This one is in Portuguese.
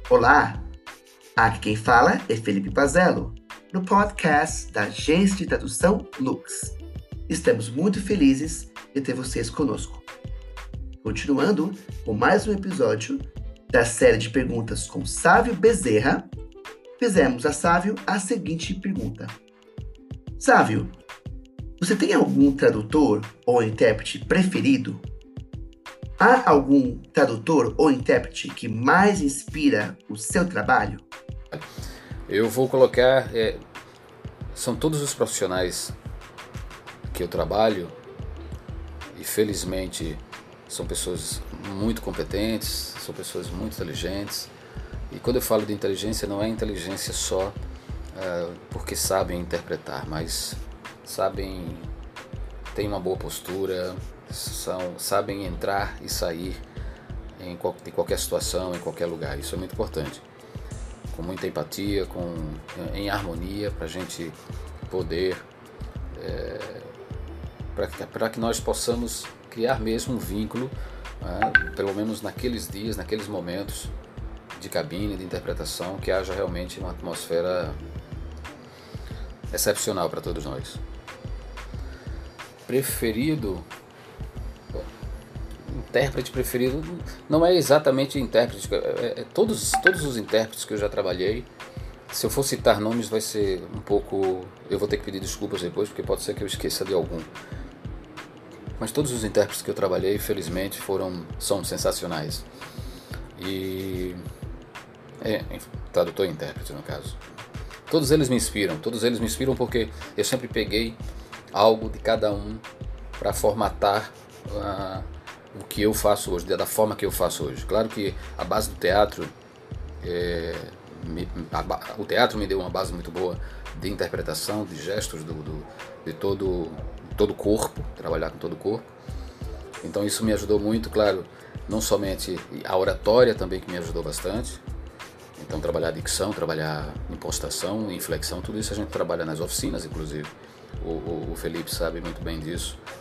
Olá, aqui quem fala é Felipe Pazello, no podcast da Agência de Tradução Lux. Estamos muito felizes de ter vocês conosco. Continuando com mais um episódio da série de perguntas com Sávio Bezerra, fizemos a Sávio a seguinte pergunta. Sávio, você tem algum tradutor ou intérprete preferido? Há algum tradutor ou intérprete que mais inspira o seu trabalho? Eu vou colocar, são todos os profissionais que eu trabalho e felizmente são pessoas muito competentes, são pessoas muito inteligentes. E quando eu falo de inteligência, não é inteligência só porque sabem interpretar, mas têm uma boa postura, sabem entrar e sair de qualquer situação, em qualquer lugar. Isso é muito importante. Com muita empatia, em harmonia, para a gente poder, para que nós possamos criar mesmo um vínculo, pelo menos naqueles dias, naqueles momentos de cabine, de interpretação, que haja realmente uma atmosfera excepcional para todos nós. Intérprete preferido não é exatamente intérprete, todos os intérpretes que eu já trabalhei. Se eu for citar nomes vai ser um pouco, eu vou ter que pedir desculpas depois, porque pode ser que eu esqueça de algum, mas todos os intérpretes que eu trabalhei, felizmente, são sensacionais. E tradutor e intérprete, no caso, todos eles me inspiram porque eu sempre peguei algo de cada um para formatar o que eu faço hoje, da forma que eu faço hoje. Claro que a base do teatro, o teatro me deu uma base muito boa de interpretação, de gestos, de todo o corpo, trabalhar com todo o corpo. Então isso me ajudou muito, claro, não somente a oratória também, que me ajudou bastante. Então trabalhar a dicção, trabalhar impostação, inflexão, tudo isso a gente trabalha nas oficinas, inclusive. O Felipe sabe muito bem disso.